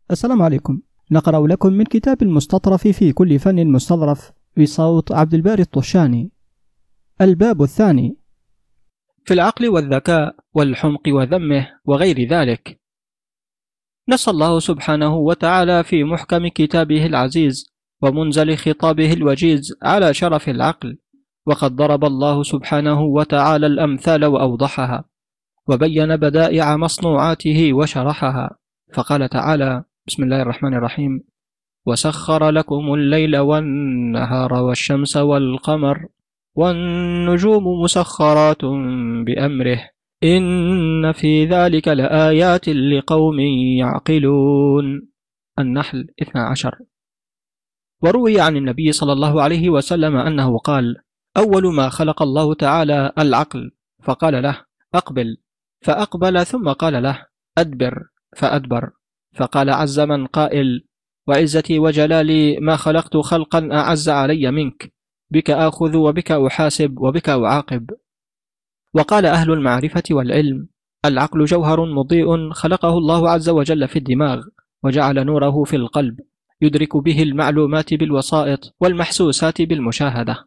السلام عليكم. نقرأ لكم من كتاب المستطرف في كل فن مستظرف بصوت عبد الباري الطشاني. الباب الثاني في العقل والذكاء والحمق وذمه وغير ذلك. نص الله سبحانه وتعالى في محكم كتابه العزيز ومنزل خطابه الوجيز على شرف العقل، وقد ضرب الله سبحانه وتعالى الأمثال وأوضحها، وبين بدائع مصنوعاته وشرحها، فقال تعالى: بسم الله الرحمن الرحيم: وسخر لكم الليل والنهار والشمس والقمر والنجوم مسخرات بأمره إن في ذلك لآيات لقوم يعقلون. النحل 12. وروي عن النبي صلى الله عليه وسلم أنه قال: أول ما خلق الله تعالى العقل، فقال له: أقبل، فأقبل، ثم قال له: أدبر، فأدبر، فقال عز من قائل: وعزتي وجلالي ما خلقت خلقا أعز علي منك، بك آخذ وبك أحاسب وبك أعاقب. وقال أهل المعرفة والعلم: العقل جوهر مضيء خلقه الله عز وجل في الدماغ، وجعل نوره في القلب يدرك به المعلومات بالوسائط والمحسوسات بالمشاهدة.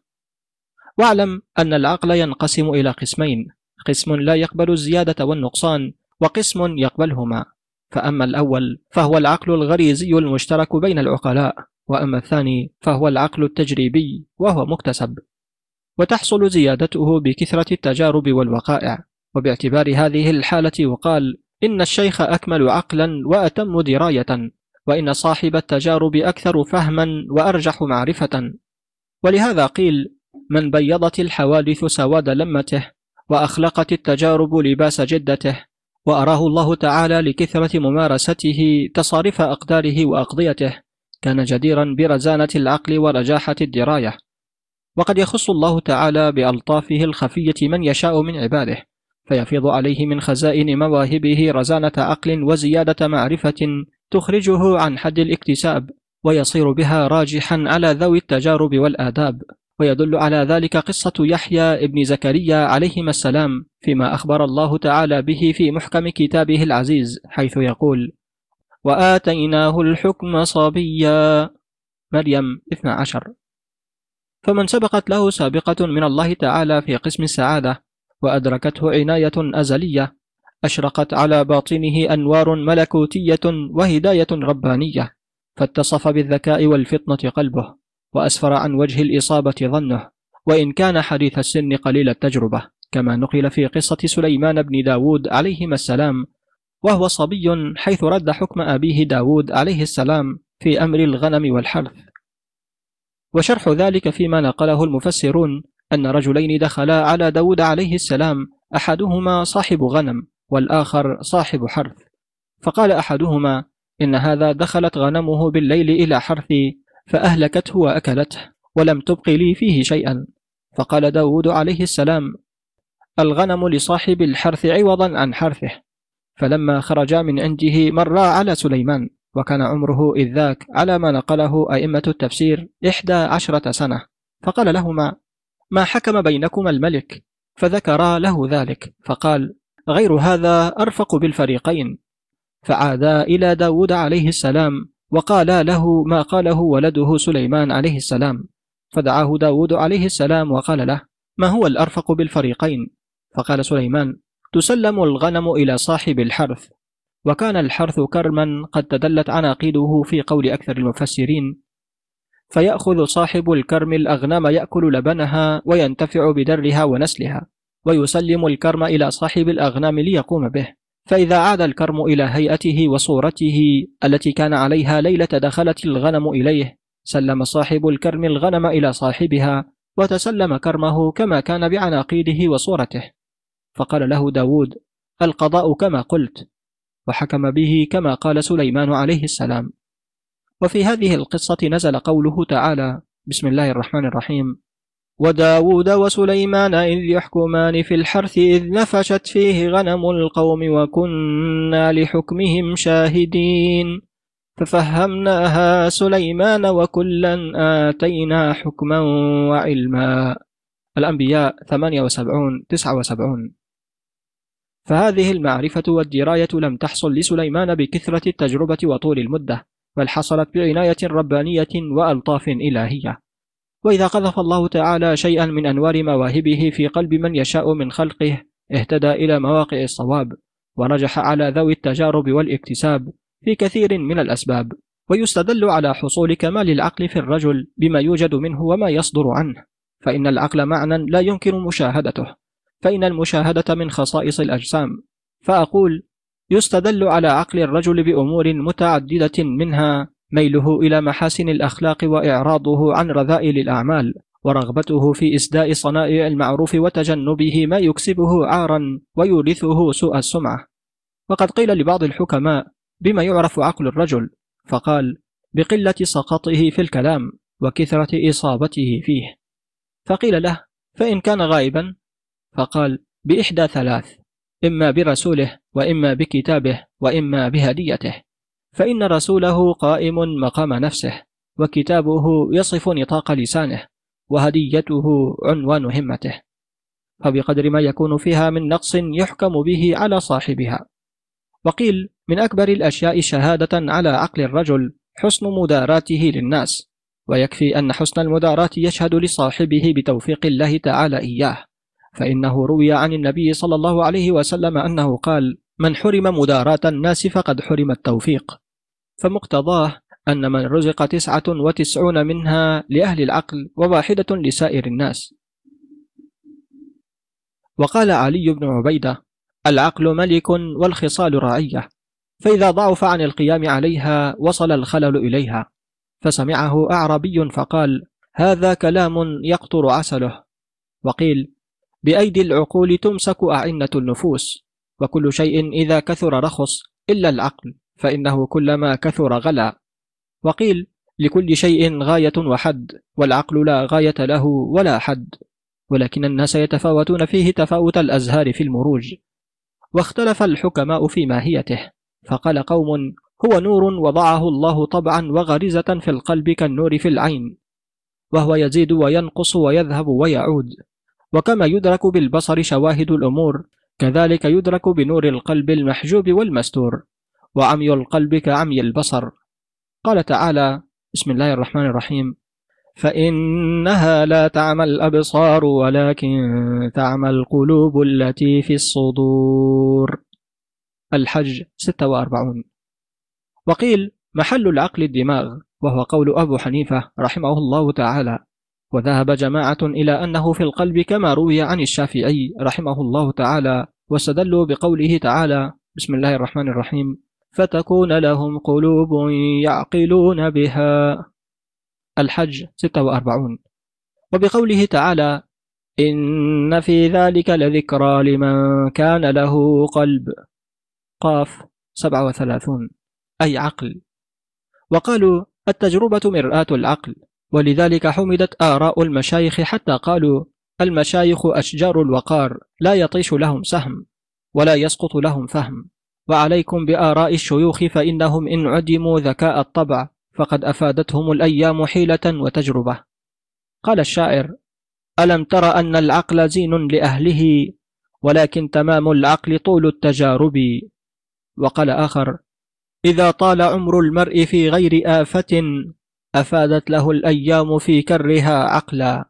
واعلم أن العقل ينقسم إلى قسمين: قسم لا يقبل الزيادة والنقصان، وقسم يقبلهما. فأما الأول فهو العقل الغريزي المشترك بين العقلاء، وأما الثاني فهو العقل التجريبي وهو مكتسب، وتحصل زيادته بكثرة التجارب والوقائع. وباعتبار هذه الحالة يقال إن الشيخ أكمل عقلا وأتم دراية، وإن صاحب التجارب أكثر فهما وأرجح معرفة. ولهذا قيل: من بيضت الحوادث سواد لمته، وأخلقت التجارب لباس جدته، وأراه الله تعالى لكثرة ممارسته تصارف أقداره وأقضيته، كان جديرا برزانة العقل ورجاحة الدراية. وقد يخص الله تعالى بألطافه الخفية من يشاء من عباده، فيفيض عليه من خزائن مواهبه رزانة عقل وزيادة معرفة تخرجه عن حد الاكتساب، ويصير بها راجحا على ذوي التجارب والآداب. ويدل على ذلك قصة يحيى ابن زكريا عليهما السلام فيما أخبر الله تعالى به في محكم كتابه العزيز، حيث يقول: وآتيناه الحكم صبيا. مريم 12. فمن سبقت له سابقة من الله تعالى في قسم السعادة، وأدركته عناية أزلية، أشرقت على باطنه أنوار ملكوتية وهداية ربانية، فاتصف بالذكاء والفطنة قلبه، وأسفر عن وجه الإصابة ظنه، وإن كان حديث السن قليل التجربة، كما نقل في قصة سليمان بن داود عليهما السلام وهو صبي، حيث رد حكم أبيه داود عليه السلام في أمر الغنم والحرث. وشرح ذلك فيما نقله المفسرون أن رجلين دخلا على داود عليه السلام، أحدهما صاحب غنم والآخر صاحب حرث، فقال أحدهما: إن هذا دخلت غنمه بالليل إلى حرثي فأهلكته وأكلته، ولم تبق لي فيه شيئا. فقال داود عليه السلام: الغنم لصاحب الحرث عوضا عن حرثه. فلما خرجا من عنده مرا على سليمان، وكان عمره إذ ذاك على ما نقله أئمة التفسير 11 سنة، فقال لهما: ما حكم بينكما الملك؟ فذكرا له ذلك، فقال: غير هذا أرفق بالفريقين. فعادا إلى داود عليه السلام وقالا له ما قاله ولده سليمان عليه السلام، فدعاه داود عليه السلام وقال له: ما هو الأرفق بالفريقين؟ فقال سليمان: تسلم الغنم إلى صاحب الحرث. وكان الحرث كرما قد تدلت عناقيده في قول أكثر المفسرين، فيأخذ صاحب الكرم الأغنام يأكل لبنها وينتفع بدرها ونسلها، ويسلم الكرم إلى صاحب الأغنام ليقوم به، فإذا عاد الكرم إلى هيئته وصورته التي كان عليها ليلة دخلت الغنم إليه، سلم صاحب الكرم الغنم إلى صاحبها وتسلم كرمه كما كان بعناقيده وصورته. فقال له داود: القضاء كما قلت، وحكم به كما قال سليمان عليه السلام. وفي هذه القصة نزل قوله تعالى: بسم الله الرحمن الرحيم: وداود وسليمان إذ يحكمان في الحرث إذ نفشت فيه غنم القوم وكنا لحكمهم شاهدين ففهمناها سليمان وكلا آتينا حكما وعلما. الأنبياء 78-79. فهذه المعرفة والدراية لم تحصل لسليمان بكثرة التجربة وطول المدة، بل حصلت بعناية ربانية وألطاف إلهية. وإذا قذف الله تعالى شيئا من أنوار مواهبه في قلب من يشاء من خلقه اهتدى إلى مواقع الصواب، ونجح على ذوي التجارب والاكتساب في كثير من الأسباب. ويستدل على حصول كمال العقل في الرجل بما يوجد منه وما يصدر عنه، فإن العقل معنى لا يمكن مشاهدته، فإن المشاهدة من خصائص الأجسام. فأقول يستدل على عقل الرجل بأمور متعددة، منها ميله إلى محاسن الأخلاق وإعراضه عن رذائل الأعمال، ورغبته في إسداء صنائع المعروف وتجنبه ما يكسبه عارا ويورثه سوء السمعة. وقد قيل لبعض الحكماء بما يعرف عقل الرجل، فقال بقلة سقطه في الكلام وكثرة إصابته فيه. فقيل له فإن كان غائبا؟ فقال بإحدى ثلاث، إما برسوله، وإما بكتابه، وإما بهديته، فإن رسوله قائم مقام نفسه، وكتابه يصف نطاق لسانه، وهديته عنوان همته، فبقدر ما يكون فيها من نقص يحكم به على صاحبها. وقيل من أكبر الأشياء شهادة على عقل الرجل حسن مداراته للناس، ويكفي أن حسن المداراة يشهد لصاحبه بتوفيق الله تعالى إياه، فإنه روي عن النبي صلى الله عليه وسلم أنه قال من حرم مداراة الناس فقد حرم التوفيق. فمقتضاه أن من رزق 99 منها لأهل العقل وواحدة لسائر الناس. وقال علي بن عبيدة العقل ملك والخصال رعية، فإذا ضعف عن القيام عليها وصل الخلل إليها. فسمعه أعربي فقال هذا كلام يقطر عسله. وقيل بأيدي العقول تمسك أعنة النفوس، وكل شيء إذا كثر رخص إلا العقل، فإنه كلما كثر غلا. وقيل لكل شيء غاية وحد، والعقل لا غاية له ولا حد، ولكن الناس يتفاوتون فيه تفاوت الأزهار في المروج. واختلف الحكماء في ماهيته، فقال قوم هو نور وضعه الله طبعا وغريزة في القلب كالنور في العين، وهو يزيد وينقص ويذهب ويعود، وكما يدرك بالبصر شواهد الأمور كذلك يدرك بنور القلب المحجوب والمستور، وعمي القلب كعمي البصر. قال تعالى بسم الله الرحمن الرحيم فإنها لا تعمى الأبصار ولكن تعمى القلوب التي في الصدور. الحج 46. وقيل محل العقل الدماغ، وهو قول أبو حنيفة رحمه الله تعالى، وذهب جماعة إلى أنه في القلب كما روي عن الشافعي رحمه الله تعالى، واستدلوا بقوله تعالى بسم الله الرحمن الرحيم فتكون لهم قلوب يعقلون بها. الحج 46. وبقوله تعالى إن في ذلك لذكرى لمن كان له قلب. قاف 37، أي عقل. وقالوا التجربة مرآة العقل، ولذلك حمدت آراء المشايخ حتى قالوا المشايخ أشجار الوقار لا يطيش لهم سهم ولا يسقط لهم فهم، وعليكم بآراء الشيوخ فإنهم إن عدموا ذكاء الطبع فقد أفادتهم الأيام حيلة وتجربة. قال الشاعر ألم تر أن العقل زين لأهله ولكن تمام العقل طول التجارب. وقال آخر إذا طال عمر المرء في غير آفة أفادت له الأيام في كرها عقلا.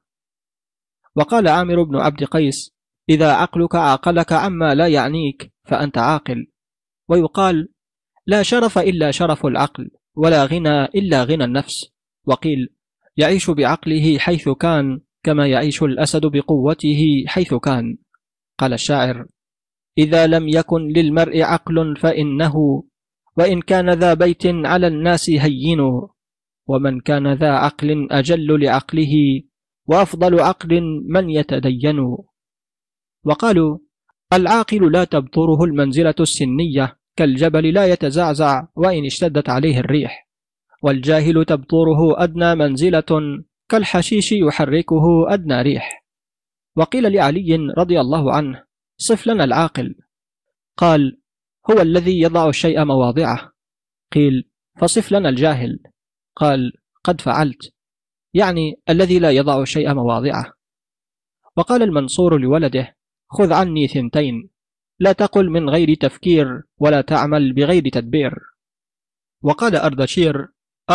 وقال عامر بن عبد قيس إذا عقلك عقلك عما لا يعنيك فأنت عاقل. ويقال لا شرف إلا شرف العقل، ولا غنى إلا غنى النفس. وقيل يعيش بعقله حيث كان كما يعيش الأسد بقوته حيث كان. قال الشاعر إذا لم يكن للمرء عقل فإنه وإن كان ذا بيت على الناس هين، ومن كان ذا عقل أجل لعقله وأفضل عقل من يتدين. وقالوا العاقل لا تبطره المنزلة السنية كالجبل لا يتزعزع وإن اشتدت عليه الريح، والجاهل تبطره أدنى منزلة كالحشيش يحركه أدنى ريح. وقيل لعلي رضي الله عنه صف لنا العاقل، قال هو الذي يضع الشيء مواضعه. قيل فصف لنا الجاهل، قال قد فعلت، يعني الذي لا يضع الشيء مواضعه. وقال المنصور لولده خذ عني 2، لا تقل من غير تفكير ولا تعمل بغير تدبير. وقال أردشير: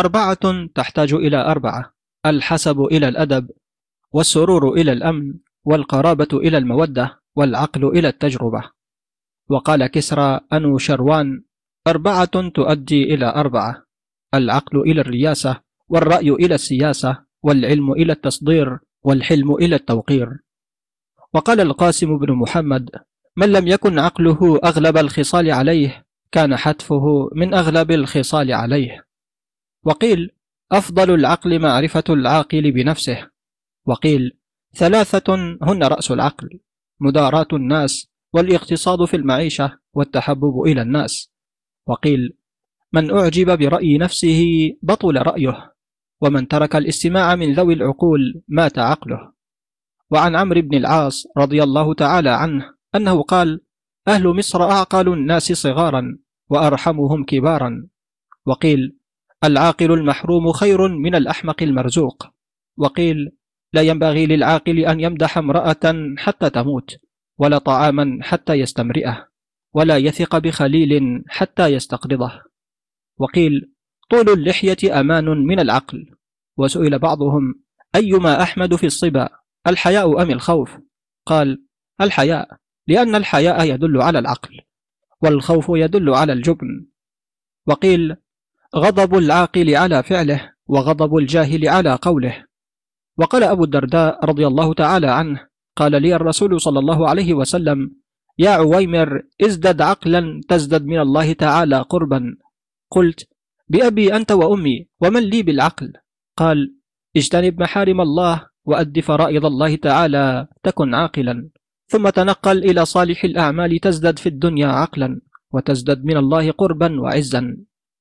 4 تحتاج إلى 4: الحسب إلى الأدب، والسرور إلى الأمن، والقرابة إلى المودة، والعقل إلى التجربة. وقال كسرى أنوشروان: 4 تؤدي إلى 4: العقل إلى الرياسة، والرأي إلى السياسة، والعلم إلى التصدير، والحلم إلى التوقير. وقال القاسم بن محمد: من لم يكن عقله أغلب الخصال عليه كان حتفه من أغلب الخصال عليه. وقيل: أفضل العقل معرفة العاقل بنفسه. وقيل: 3 هن رأس العقل: مداراة الناس، والاقتصاد في المعيشة، والتحبب إلى الناس. وقيل: من أعجب برأي نفسه بطل رأيه، ومن ترك الاستماع من ذوي العقول مات عقله. وعن عمرو بن العاص رضي الله تعالى عنه أنه قال: أهل مصر أعقل الناس صغارا، وأرحمهم كبارا. وقيل: العاقل المحروم خير من الأحمق المرزوق. وقيل: لا ينبغي للعاقل أن يمدح امرأة حتى تموت، ولا طعاما حتى يستمرئه، ولا يثق بخليل حتى يستقرضه. وقيل: طول اللحية أمان من العقل. وسئل بعضهم: أيما أحمد في الصبا، الحياء أم الخوف؟ قال: الحياء، لأن الحياء يدل على العقل، والخوف يدل على الجبن. وقيل: غضب العاقل على فعله، وغضب الجاهل على قوله. وقال أبو الدرداء رضي الله تعالى عنه: قال لي الرسول صلى الله عليه وسلم: يا عويمر، ازدد عقلا تزدد من الله تعالى قربا. قلت: بأبي أنت وأمي، ومن لي بالعقل؟ قال: اجتنب محارم الله، وأد فرائض الله تعالى، تكن عاقلا. ثم تنقل إلى صالح الأعمال تزدد في الدنيا عقلا، وتزدد من الله قربا وعزا.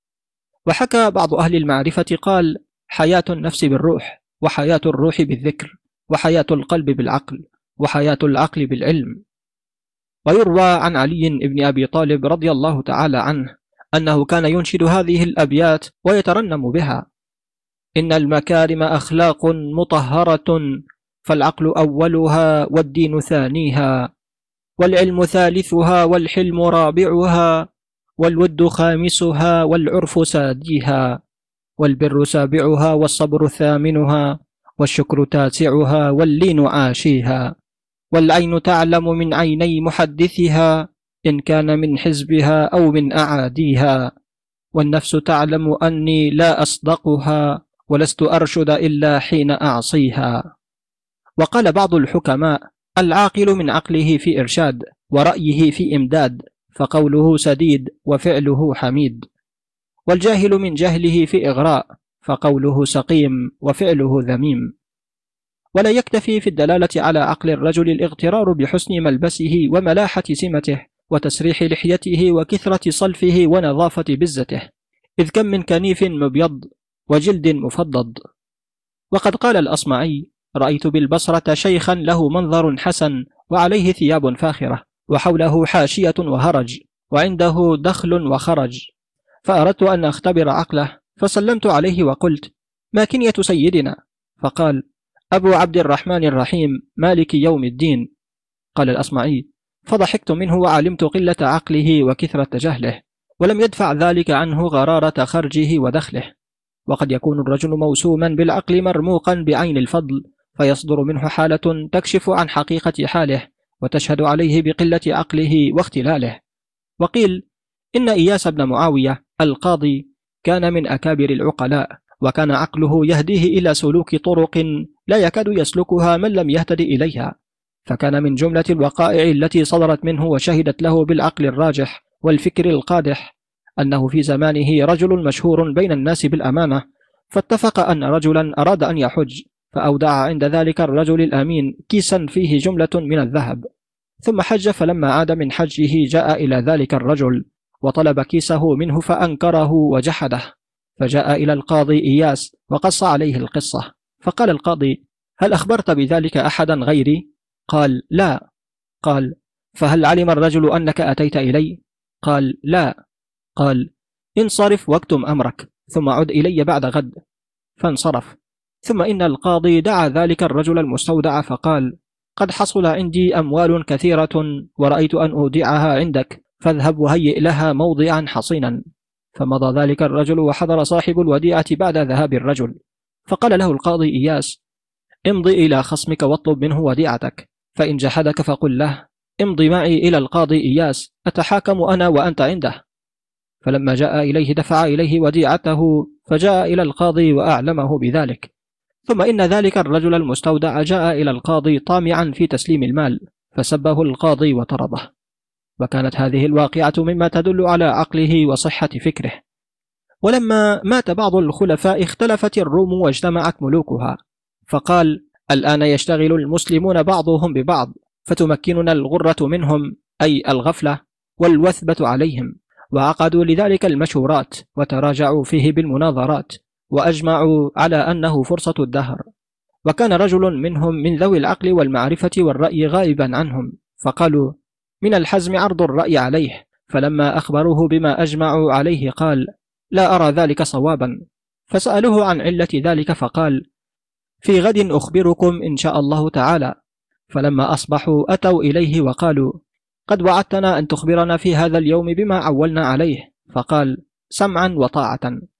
وحكى بعض أهل المعرفة قال: حياة النفس بالروح، وحياة الروح بالذكر، وحياة القلب بالعقل، وحياة العقل بالعلم. ويروى عن علي بن أبي طالب رضي الله تعالى عنه أنه كان ينشد هذه الأبيات ويترنم بها: إن المكارم أخلاق مطهرة، فالعقل أولها والدين ثانيها، والعلم ثالثها والحلم رابعها، والود خامسها والعرف ساديها، والبر سابعها والصبر ثامنها، والشكر تاسعها واللين عاشيها، والعين تعلم من عيني محدثها إن كان من حزبها أو من أعاديها، والنفس تعلم أني لا أصدقها، ولست أرشد إلا حين أعصيها. وقال بعض الحكماء: العاقل من عقله في إرشاد، ورأيه في إمداد، فقوله سديد وفعله حميد. والجاهل من جهله في إغراء، فقوله سقيم وفعله ذميم. ولا يكتفي في الدلالة على عقل الرجل الاغترار بحسن ملبسه وملاحة سمته وتسريح لحيته وكثرة صلفه ونظافة بزته، إذ كم من كنيف مبيض وجلد مفضض. وقد قال الأصمعي: رأيت بالبصرة شيخا له منظر حسن، وعليه ثياب فاخرة، وحوله حاشية وهرج، وعنده دخل وخرج، فأردت أن أختبر عقله، فسلمت عليه وقلت: ما كنية سيدنا؟ فقال: أبو عبد الرحمن الرحيم مالك يوم الدين. قال الأصمعي: فضحكت منه وعلمت قلة عقله وكثرة جهله، ولم يدفع ذلك عنه غرارة خرجه ودخله. وقد يكون الرجل موسوما بالعقل مرموقا بعين الفضل، فيصدر منه حالة تكشف عن حقيقة حاله، وتشهد عليه بقلة عقله واختلاله. وقيل إن إياس بن معاوية القاضي كان من أكابر العقلاء، وكان عقله يهديه إلى سلوك طرق لا يكاد يسلكها من لم يهتد إليها، فكان من جملة الوقائع التي صدرت منه وشهدت له بالعقل الراجح والفكر القادح أنه في زمانه رجل مشهور بين الناس بالأمانة، فاتفق أن رجلا أراد أن يحج، فأودع عند ذلك الرجل الأمين كيسا فيه جملة من الذهب، ثم حج، فلما عاد من حجه جاء إلى ذلك الرجل وطلب كيسه منه فأنكره وجحده، فجاء إلى القاضي إياس وقص عليه القصة، فقال القاضي: هل أخبرت بذلك أحدا غيري؟ قال: لا. قال: فهل علم الرجل أنك أتيت إلي؟ قال: لا. قال: انصرف واكتم أمرك، ثم عد إلي بعد غد. فانصرف. ثم إن القاضي دعا ذلك الرجل المستودع فقال: قد حصل عندي أموال كثيرة ورأيت أن أودعها عندك، فاذهب وهيئ لها موضعا حصينا. فمضى ذلك الرجل وحضر صاحب الوديعة بعد ذهاب الرجل، فقال له القاضي إياس: امضي إلى خصمك واطلب منه وديعتك، فإن جحدك فقل له: امضي معي إلى القاضي إياس، أتحاكم أنا وأنت عنده. فلما جاء إليه دفع إليه وديعته، فجاء إلى القاضي وأعلمه بذلك. ثم إن ذلك الرجل المستودع جاء إلى القاضي طامعا في تسليم المال، فسبه القاضي وطرده. وكانت هذه الواقعة مما تدل على عقله وصحة فكره. ولما مات بعض الخلفاء اختلفت الروم واجتمعت ملوكها، فقال: الآن يشتغل المسلمون بعضهم ببعض، فتمكننا الغرة منهم، أي الغفلة، والوثبة عليهم. وعقدوا لذلك المشورات، وتراجعوا فيه بالمناظرات، وأجمعوا على أنه فرصة الدهر. وكان رجل منهم من ذوي العقل والمعرفة والرأي غائبا عنهم، فقالوا: من الحزم عرض الرأي عليه. فلما أخبروه بما أجمعوا عليه قال: لا أرى ذلك صوابا. فسألوه عن علة ذلك، فقال: في غد أخبركم إن شاء الله تعالى. فلما أصبحوا أتوا إليه وقالوا: قد وعدتنا أن تخبرنا في هذا اليوم بما عولنا عليه. فقال: سمعا وطاعة.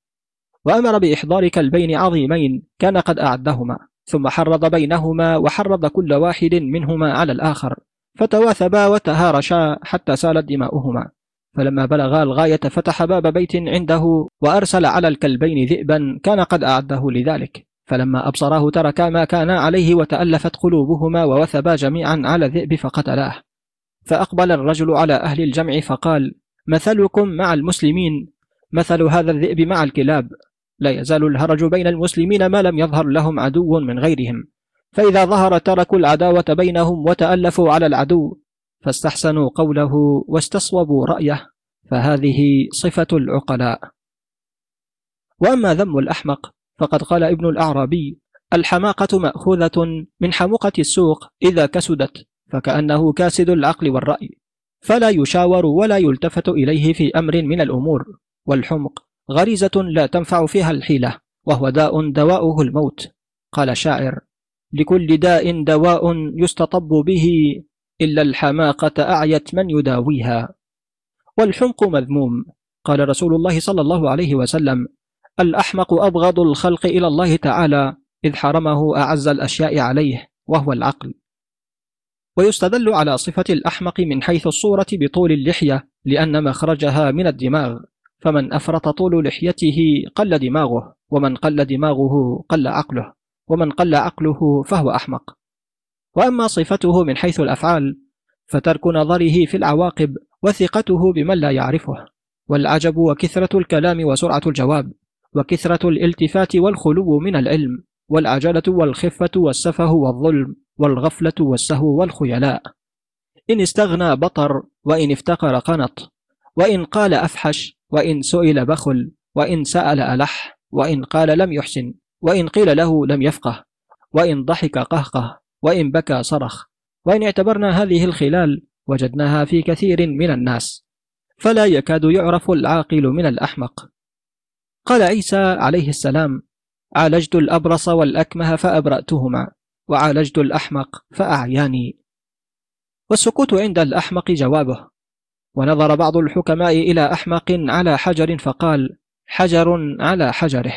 وأمر بإحضار كلبين عظيمين كان قد أعدهما، ثم حرض بينهما وحرض كل واحد منهما على الآخر، فتواثبا وتهارشا حتى سالت دماؤهما. فلما بلغا الغاية فتح باب بيت عنده، وأرسل على الكلبين ذئبا كان قد أعده لذلك. فلما أبصراه تركا ما كانا عليه، وتألفت قلوبهما ووثبا جميعا على الذئب فقتلاه. فأقبل الرجل على أهل الجمع فقال: مثلكم مع المسلمين مثل هذا الذئب مع الكلاب، لا يزال الهرج بين المسلمين ما لم يظهر لهم عدو من غيرهم، فإذا ظهر تركوا العداوة بينهم وتألفوا على العدو، فاستحسنوا قوله واستصوبوا رأيه، فهذه صفة العقلاء. وأما ذم الأحمق فقد قال ابن الأعرابي: الحماقة مأخوذة من حمقة السوق إذا كسدت، فكأنه كاسد العقل والرأي، فلا يشاور ولا يلتفت إليه في أمر من الأمور. والحمق غريزة لا تنفع فيها الحيلة، وهو داء دواؤه الموت. قال شاعر: لكل داء دواء يستطب به، إلا الحماقة أعيت من يداويها. والحمق مذموم. قال رسول الله صلى الله عليه وسلم: الأحمق أبغض الخلق إلى الله تعالى، إذ حرمه أعز الأشياء عليه، وهو العقل. ويستدل على صفة الأحمق من حيث الصورة بطول اللحية، لأن مخرجها من الدماغ، فمن أفرط طول لحيته قل دماغه، ومن قل دماغه قل عقله، ومن قل عقله فهو أحمق. وأما صفته من حيث الأفعال، فترك نظره في العواقب، وثقته بمن لا يعرفه، والعجب وكثرة الكلام وسرعة الجواب، وكثرة الالتفات والخلو من العلم، والعجلة والخفة والسفه والظلم، والغفلة والسهو والخيلاء. إن استغنى بطر، وإن افتقر قنط، وإن قال أفحش، وإن سئل بخل، وإن سأل ألح، وإن قال لم يحسن، وإن قيل له لم يفقه، وإن ضحك قهقه، وإن بكى صرخ. وإن اعتبرنا هذه الخلال وجدناها في كثير من الناس، فلا يكاد يعرف العاقل من الأحمق. قال عيسى عليه السلام: عالجت الأبرص والأكمه فأبرأتهما، وعالجت الأحمق فأعياني. والسكوت عند الأحمق جوابه. ونظر بعض الحكماء إلى أحمق على حجر فقال: حجر على حجره.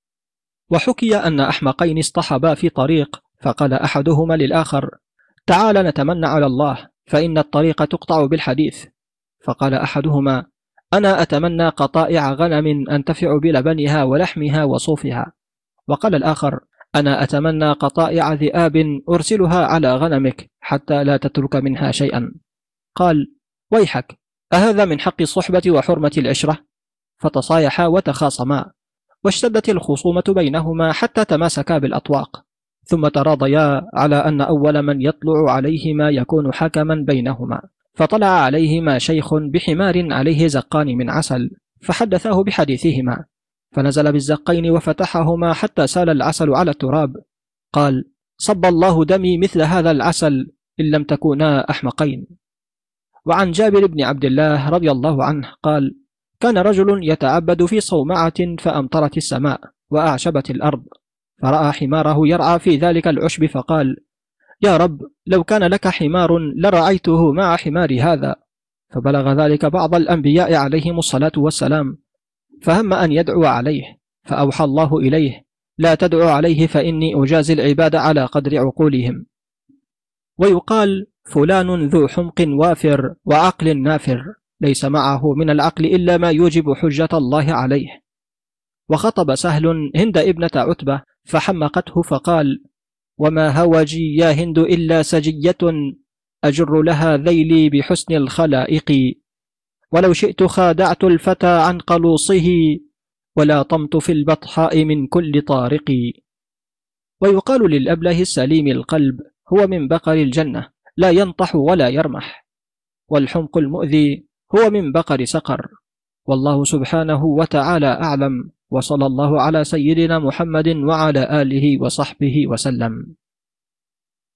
وحكي أن أحمقين اصطحبا في طريق، فقال أحدهما للآخر: تعال نتمنى على الله، فإن الطريق تقطع بالحديث. فقال أحدهما: أنا أتمنى قطائع غنم أنتفع بلبنها ولحمها وصوفها. وقال الآخر: أنا أتمنى قطائع ذئاب أرسلها على غنمك حتى لا تترك منها شيئا. قال: ويحك، أهذا من حق الصحبة وحرمة العشرة؟ فتصايحا وتخاصما، واشتدت الخصومة بينهما حتى تماسكا بالأطواق، ثم تراضيا على أن أول من يطلع عليهما يكون حكما بينهما. فطلع عليهما شيخ بحمار عليه زقان من عسل، فحدثاه بحديثهما، فنزل بالزقين وفتحهما حتى سال العسل على التراب. قال: صب الله دمي مثل هذا العسل إن لم تكونا أحمقين. وعن جابر بن عبد الله رضي الله عنه قال: كان رجل يتعبد في صومعة فأمطرت السماء وأعشبت الأرض، فرأى حماره يرعى في ذلك العشب، فقال: يا رب لو كان لك حمار لرأيته مع حمار هذا. فبلغ ذلك بعض الأنبياء عليهم الصلاة والسلام، فهم أن يدعو عليه، فأوحى الله إليه: لا تدعو عليه فإني أجازي العباد على قدر عقولهم. ويقال: فلان ذو حمق وافر وعقل نافر، ليس معه من العقل إلا ما يوجب حجة الله عليه. وخطب سهل هند ابنة عتبة فحمقته فقال: وما هوجي يا هند إلا سجية أجر لها ذيلي بحسن الخلائق، ولو شئت خادعت الفتى عن قلوصه، ولا طمت في البطحاء من كل طارق. ويقال للأبله السليم القلب: هو من بقر الجنة لا ينطح ولا يرمح. والحمق المؤذي هو من بقر سقر. والله سبحانه وتعالى أعلم، وصلى الله على سيدنا محمد وعلى آله وصحبه وسلم.